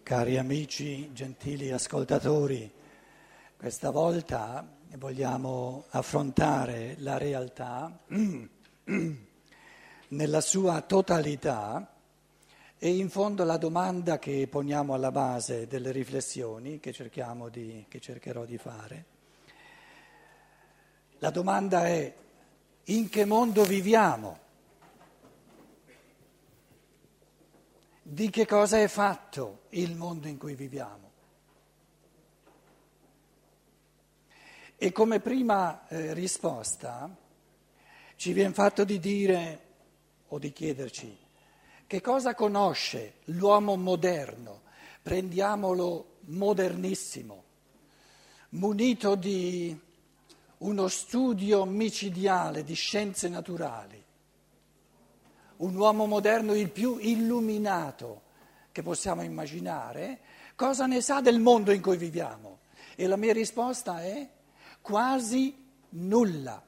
Cari amici, gentili ascoltatori, questa volta vogliamo affrontare la realtà nella sua totalità e in fondo la domanda che poniamo alla base delle riflessioni che cercherò di fare. La domanda è: in che mondo viviamo? Di che cosa è fatto il mondo in cui viviamo? E come prima risposta ci viene fatto di dire o di chiederci che cosa conosce l'uomo moderno, prendiamolo modernissimo, munito di uno studio micidiale di scienze naturali. Un uomo moderno il più illuminato che possiamo immaginare, cosa ne sa del mondo in cui viviamo? E la mia risposta è quasi nulla.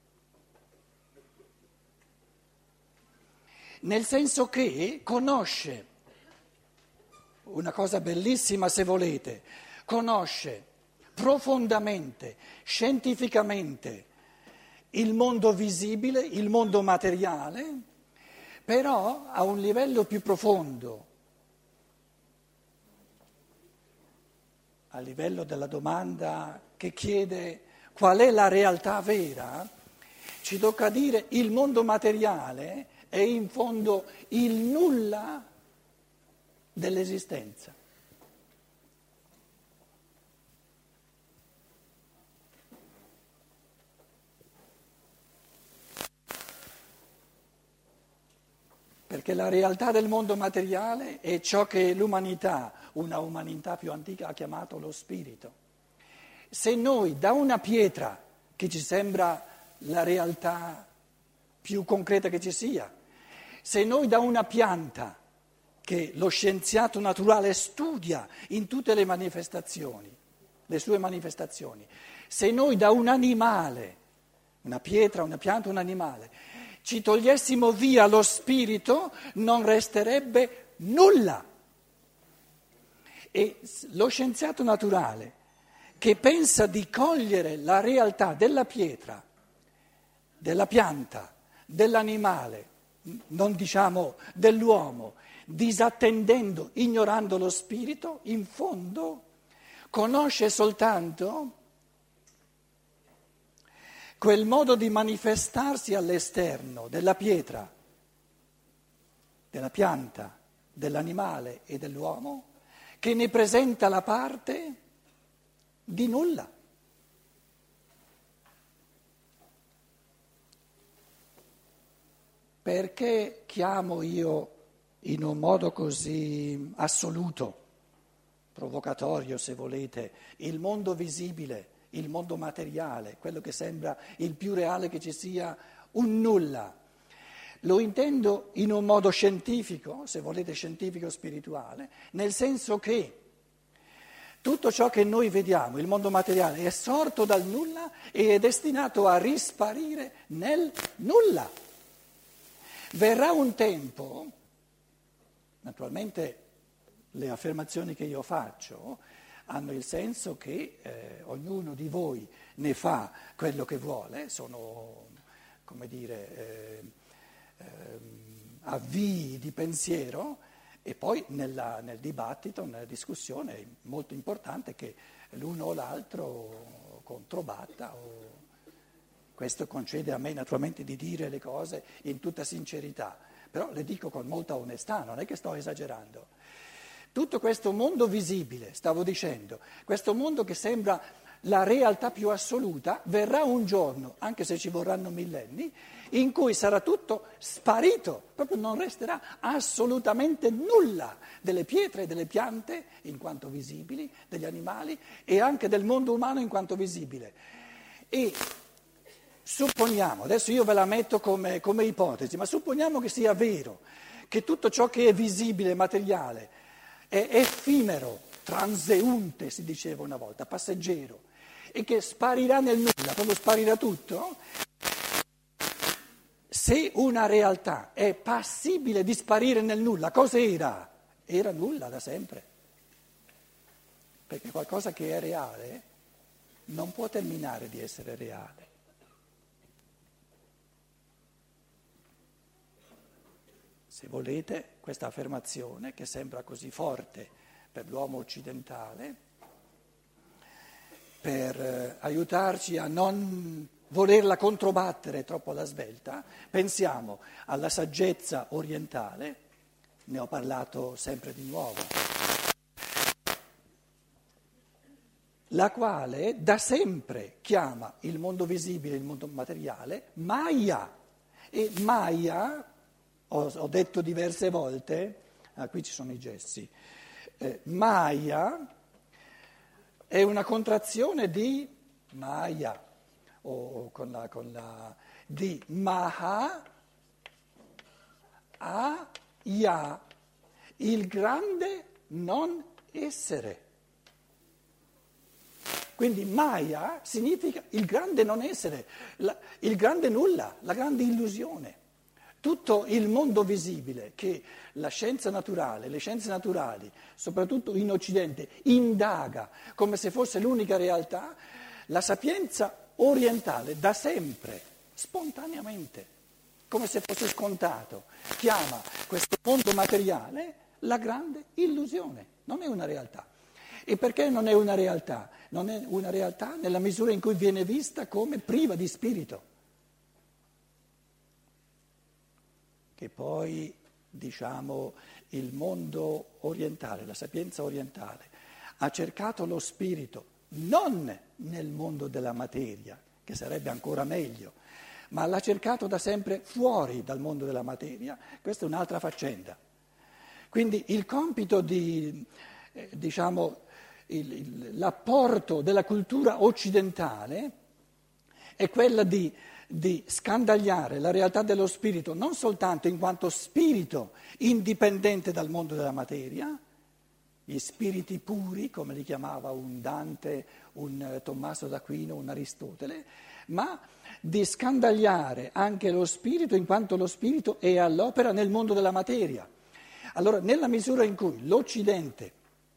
Nel senso che conosce, una cosa bellissima se volete, conosce profondamente, scientificamente il mondo visibile, il mondo materiale, però a un livello più profondo, a livello della domanda che chiede qual è la realtà vera, ci tocca dire il mondo materiale è in fondo il nulla dell'esistenza. Perché la realtà del mondo materiale è ciò che l'umanità, una umanità più antica, ha chiamato lo spirito. Se noi da una pietra, che ci sembra la realtà più concreta che ci sia, se noi da una pianta, che lo scienziato naturale studia in tutte le manifestazioni, le sue manifestazioni, se noi da un animale, una pietra, una pianta, un animale, ci togliessimo via lo spirito, non resterebbe nulla. E lo scienziato naturale che pensa di cogliere la realtà della pietra, della pianta, dell'animale, non diciamo dell'uomo, disattendendo, ignorando lo spirito, in fondo conosce soltanto quel modo di manifestarsi all'esterno della pietra, della pianta, dell'animale e dell'uomo, che ne presenta la parte di nulla. Perché chiamo io in un modo così assoluto, provocatorio se volete, il mondo visibile, il mondo materiale, quello che sembra il più reale che ci sia, un nulla? Lo intendo in un modo scientifico, se volete scientifico-spirituale, nel senso che tutto ciò che noi vediamo, il mondo materiale, è sorto dal nulla e è destinato a risparire nel nulla. Verrà un tempo, naturalmente le affermazioni che io faccio hanno il senso che ognuno di voi ne fa quello che vuole, sono, come dire, avvii di pensiero, e poi nel dibattito, nella discussione è molto importante che l'uno o l'altro controbatta. Questo concede a me naturalmente di dire le cose in tutta sincerità, però le dico con molta onestà, non è che sto esagerando. Tutto questo mondo visibile, stavo dicendo, questo mondo che sembra la realtà più assoluta, verrà un giorno, anche se ci vorranno millenni, in cui sarà tutto sparito, proprio non resterà assolutamente nulla delle pietre e delle piante in quanto visibili, degli animali e anche del mondo umano in quanto visibile. E supponiamo, adesso io ve la metto come ipotesi, ma supponiamo che sia vero, che tutto ciò che è visibile, materiale, è effimero, transeunte si diceva una volta, passeggero, e che sparirà nel nulla, proprio sparirà tutto. Se una realtà è passibile di sparire nel nulla, cos'era? Era nulla da sempre. perché qualcosa che è reale non può terminare di essere reale. Se volete, questa affermazione, che sembra così forte per l'uomo occidentale, per aiutarci a non volerla controbattere troppo alla svelta, pensiamo alla saggezza orientale, ne ho parlato sempre di nuovo, la quale da sempre chiama il mondo visibile, il mondo materiale, Maya. E Maya, ho detto diverse volte, qui ci sono i gessi, Maya è una contrazione di Maya, o di Maha Aya, il grande non essere. Quindi Maya significa il grande non essere, il grande nulla, la grande illusione. Tutto il mondo visibile che la scienza naturale, le scienze naturali, soprattutto in Occidente, indaga come se fosse l'unica realtà, la sapienza orientale da sempre, spontaneamente, come se fosse scontato, chiama questo mondo materiale la grande illusione, non è una realtà. E perché non è una realtà? Non è una realtà nella misura in cui viene vista come priva di spirito. Che poi, diciamo, il mondo orientale, la sapienza orientale, ha cercato lo spirito non nel mondo della materia, che sarebbe ancora meglio, ma l'ha cercato da sempre fuori dal mondo della materia, questa è un'altra faccenda. Quindi il compito l'apporto della cultura occidentale è quella di scandagliare la realtà dello spirito non soltanto in quanto spirito indipendente dal mondo della materia, gli spiriti puri, come li chiamava un Dante, un Tommaso d'Aquino, un Aristotele, ma di scandagliare anche lo spirito in quanto lo spirito è all'opera nel mondo della materia. Allora, nella misura in cui l'Occidente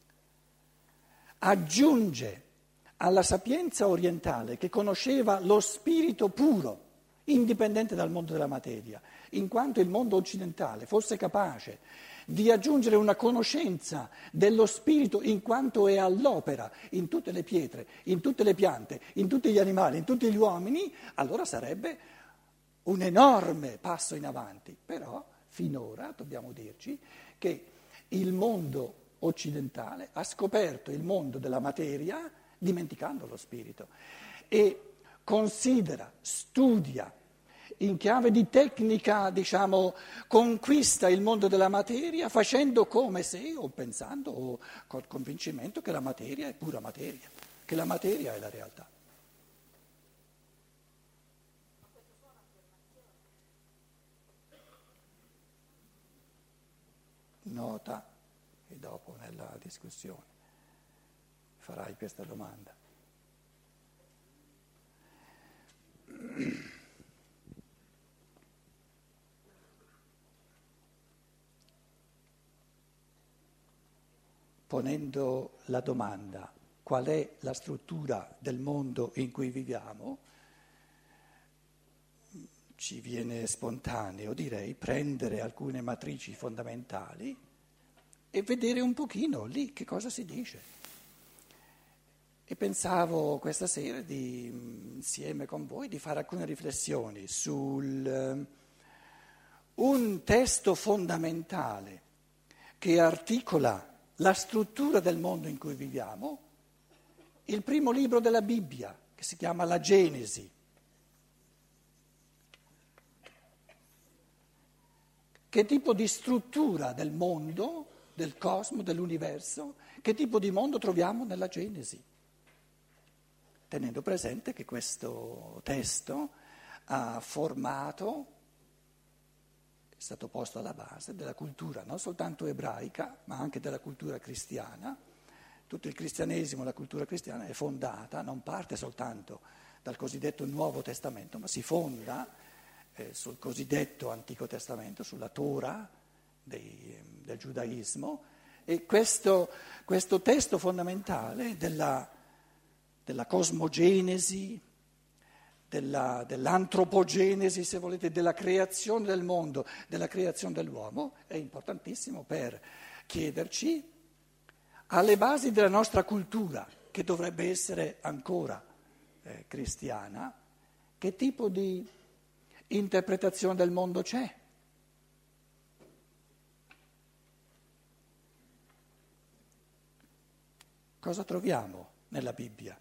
aggiunge alla sapienza orientale che conosceva lo spirito puro, indipendente dal mondo della materia, in quanto il mondo occidentale fosse capace di aggiungere una conoscenza dello spirito in quanto è all'opera in tutte le pietre, in tutte le piante, in tutti gli animali, in tutti gli uomini, allora sarebbe un enorme passo in avanti. Però finora dobbiamo dirci che il mondo occidentale ha scoperto il mondo della materia dimenticando lo spirito e considera, studia in chiave di tecnica, conquista il mondo della materia facendo come se, o pensando, o col convincimento che la materia è pura materia, che la materia è la realtà. Nota che dopo nella discussione farai questa domanda. Ponendo la domanda qual è la struttura del mondo in cui viviamo, ci viene spontaneo, direi, prendere alcune matrici fondamentali e vedere un pochino lì che cosa si dice. E pensavo questa sera insieme con voi di fare alcune riflessioni sul un testo fondamentale che articola la struttura del mondo in cui viviamo, il primo libro della Bibbia, che si chiama la Genesi. Che tipo di struttura del mondo, del cosmo, dell'universo, che tipo di mondo troviamo nella Genesi? Tenendo presente che questo testo ha formato, è stato posto alla base della cultura non soltanto ebraica, ma anche della cultura cristiana. Tutto il cristianesimo, la cultura cristiana è fondata, non parte soltanto dal cosiddetto Nuovo Testamento, ma si fonda sul cosiddetto Antico Testamento, sulla Torah del giudaismo, E questo testo fondamentale della cosmogenesi, dell'antropogenesi, se volete, della creazione del mondo, della creazione dell'uomo, è importantissimo per chiederci, alle basi della nostra cultura, che dovrebbe essere ancora cristiana, che tipo di interpretazione del mondo c'è. Cosa troviamo nella Bibbia?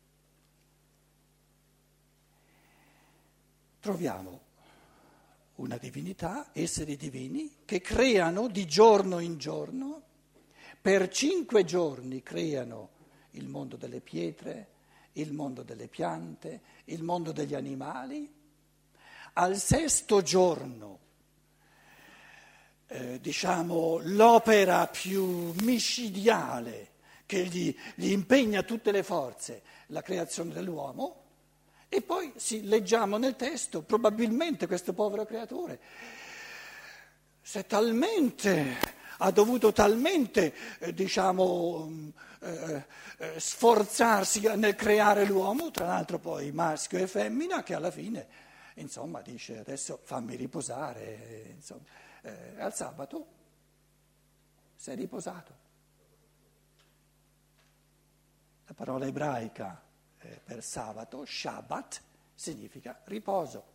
Troviamo una divinità, esseri divini, che creano di giorno in giorno, per 5 giorni creano il mondo delle pietre, il mondo delle piante, il mondo degli animali. Al 6° giorno, l'opera più micidiale che gli impegna tutte le forze, la creazione dell'uomo, e poi leggiamo nel testo, probabilmente questo povero creatore ha dovuto talmente, sforzarsi nel creare l'uomo, tra l'altro poi maschio e femmina, che alla fine, dice adesso fammi riposare, al sabato si è riposato. La parola ebraica per sabato, Shabbat, significa riposo,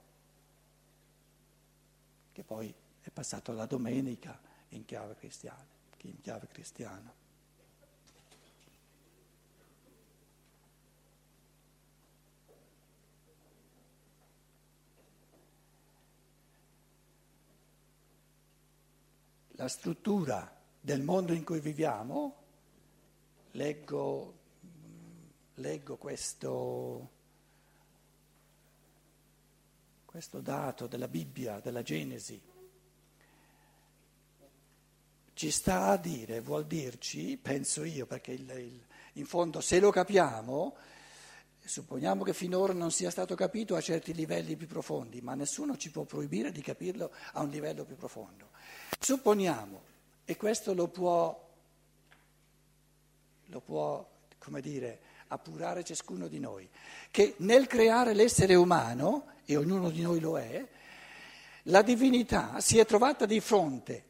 che poi è passato alla domenica in chiave cristiana. La struttura del mondo in cui viviamo, leggo questo dato della Bibbia, della Genesi, ci sta a dire, vuol dirci, penso io, perché in fondo se lo capiamo, supponiamo che finora non sia stato capito a certi livelli più profondi, ma nessuno ci può proibire di capirlo a un livello più profondo. Supponiamo, e questo lo può appurare ciascuno di noi, che nel creare l'essere umano, e ognuno di noi lo è, la divinità si è trovata di fronte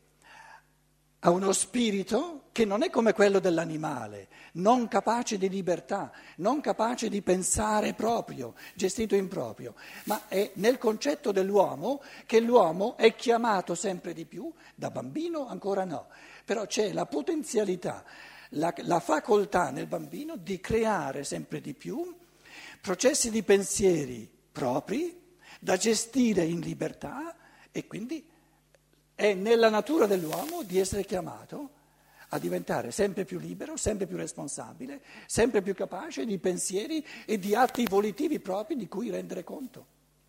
a uno spirito che non è come quello dell'animale, non capace di libertà, non capace di pensare proprio, gestito in proprio, ma è nel concetto dell'uomo che l'uomo è chiamato sempre di più, da bambino ancora no, però c'è la potenzialità, la facoltà nel bambino di creare sempre di più processi di pensieri propri da gestire in libertà, e quindi è nella natura dell'uomo di essere chiamato a diventare sempre più libero, sempre più responsabile, sempre più capace di pensieri e di atti volitivi propri di cui rendere conto.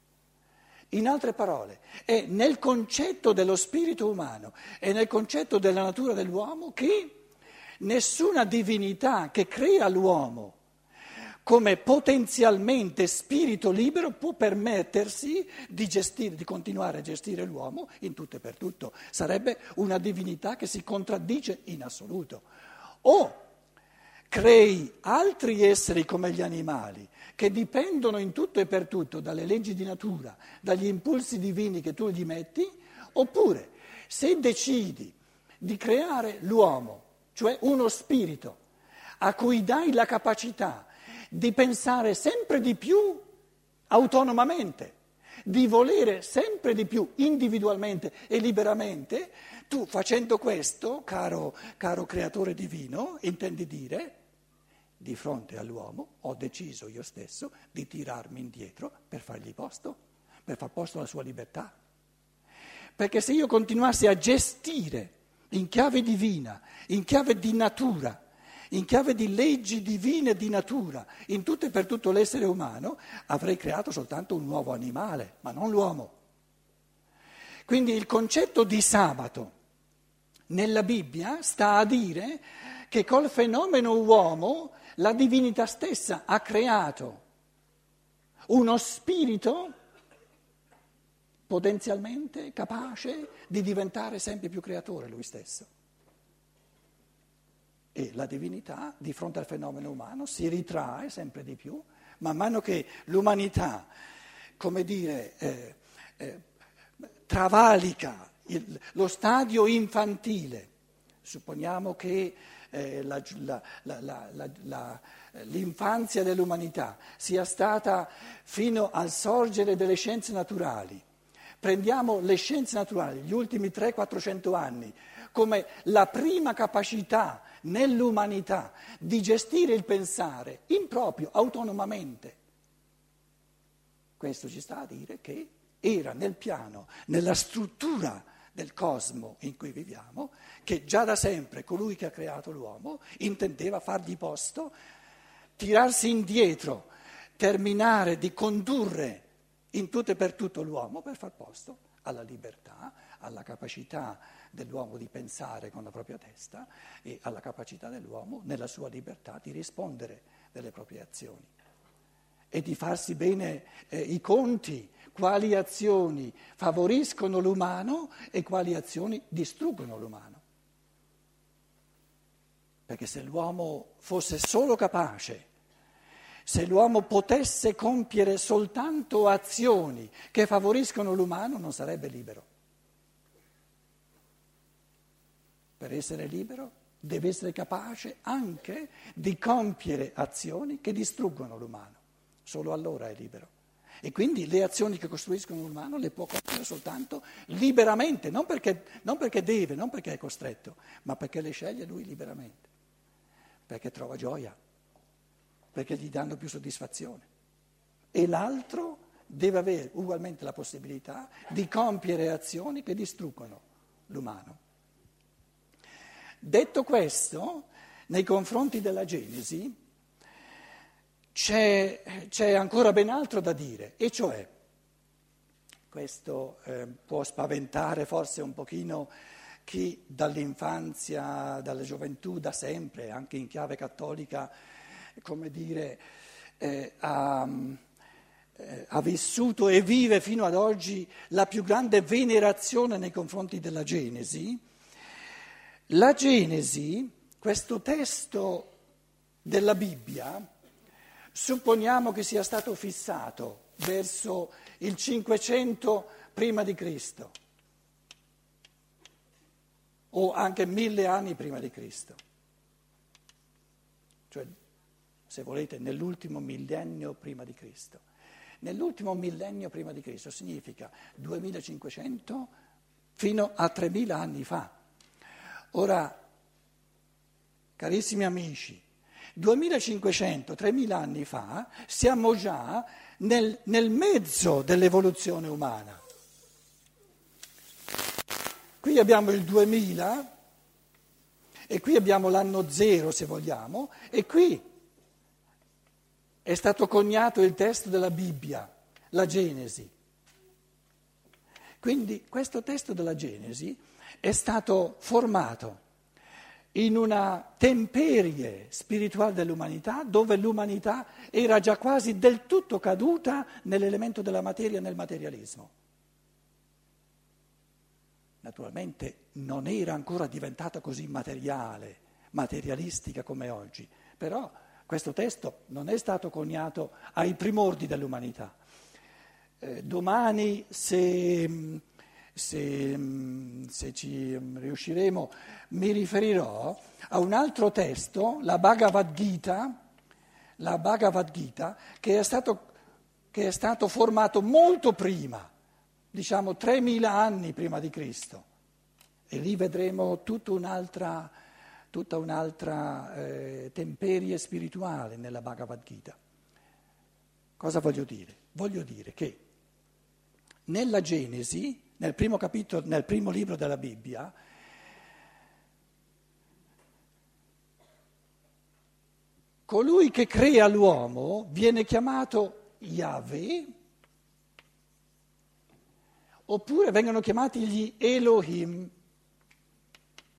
In altre parole, è nel concetto dello spirito umano, è nel concetto della natura dell'uomo che nessuna divinità che crea l'uomo come potenzialmente spirito libero può permettersi di continuare a gestire l'uomo in tutto e per tutto. Sarebbe una divinità che si contraddice in assoluto. O crei altri esseri come gli animali, che dipendono in tutto e per tutto dalle leggi di natura, dagli impulsi divini che tu gli metti, oppure se decidi di creare l'uomo, cioè uno spirito, a cui dai la capacità di pensare sempre di più autonomamente, di volere sempre di più individualmente e liberamente, tu facendo questo, caro creatore divino, intendi dire, di fronte all'uomo ho deciso io stesso di tirarmi indietro per fargli posto, per far posto alla sua libertà. Perché se io continuassi a gestire in chiave divina, in chiave di natura, in chiave di leggi divine di natura, in tutto e per tutto l'essere umano, avrei creato soltanto un nuovo animale, ma non l'uomo. Quindi il concetto di sabato nella Bibbia sta a dire che col fenomeno uomo la divinità stessa ha creato uno spirito potenzialmente capace di diventare sempre più creatore lui stesso. E la divinità di fronte al fenomeno umano si ritrae sempre di più, man mano che l'umanità, come dire, travalica lo stadio infantile. Supponiamo che l'infanzia dell'umanità sia stata fino al sorgere delle scienze naturali. Prendiamo le scienze naturali, gli ultimi 300-400 anni, come la prima capacità nell'umanità di gestire il pensare improprio, autonomamente. Questo ci sta a dire che era nel piano, nella struttura del cosmo in cui viviamo, che già da sempre colui che ha creato l'uomo intendeva fargli posto, tirarsi indietro, terminare di condurre in tutto e per tutto l'uomo per far posto alla libertà, alla capacità dell'uomo di pensare con la propria testa e alla capacità dell'uomo nella sua libertà di rispondere delle proprie azioni e di farsi bene i conti, quali azioni favoriscono l'umano e quali azioni distruggono l'umano. Perché se l'uomo fosse solo capace, se l'uomo potesse compiere soltanto azioni che favoriscono l'umano, non sarebbe libero. Per essere libero deve essere capace anche di compiere azioni che distruggono l'umano. Solo allora è libero. E quindi le azioni che costruiscono l'umano le può compiere soltanto liberamente, non perché deve, non perché è costretto, ma perché le sceglie lui liberamente, perché trova gioia, perché gli danno più soddisfazione. E l'altro deve avere ugualmente la possibilità di compiere azioni che distruggono l'umano. Detto questo, nei confronti della Genesi c'è ancora ben altro da dire, e cioè, questo può spaventare forse un pochino chi dall'infanzia, dalla gioventù, da sempre, anche in chiave cattolica, come dire, ha vissuto e vive fino ad oggi la più grande venerazione nei confronti della Genesi. La Genesi, questo testo della Bibbia, supponiamo che sia stato fissato verso il 500 prima di Cristo o anche 1000 anni prima di Cristo, cioè se volete nell'ultimo millennio prima di Cristo. Nell'ultimo millennio prima di Cristo significa 2500 fino a 3000 anni fa. Ora, carissimi amici, 2500, 3000 anni fa siamo già nel mezzo dell'evoluzione umana. Qui abbiamo il 2000 e qui abbiamo l'anno zero se vogliamo e qui è stato coniato il testo della Bibbia, la Genesi. Quindi questo testo della Genesi è stato formato in una temperie spirituale dell'umanità, dove l'umanità era già quasi del tutto caduta nell'elemento della materia, nel materialismo. Naturalmente non era ancora diventata così materialistica come oggi, però questo testo non è stato coniato ai primordi dell'umanità. Domani, se ci riusciremo, mi riferirò a un altro testo, la Bhagavad Gita, che è stato formato molto prima, diciamo 3000 anni prima di Cristo, e lì vedremo tutta un'altra temperie spirituale nella Bhagavad Gita. Cosa voglio dire? Voglio dire che nella Genesi, nel primo capitolo, nel primo libro della Bibbia, colui che crea l'uomo viene chiamato Yahweh, oppure vengono chiamati gli Elohim.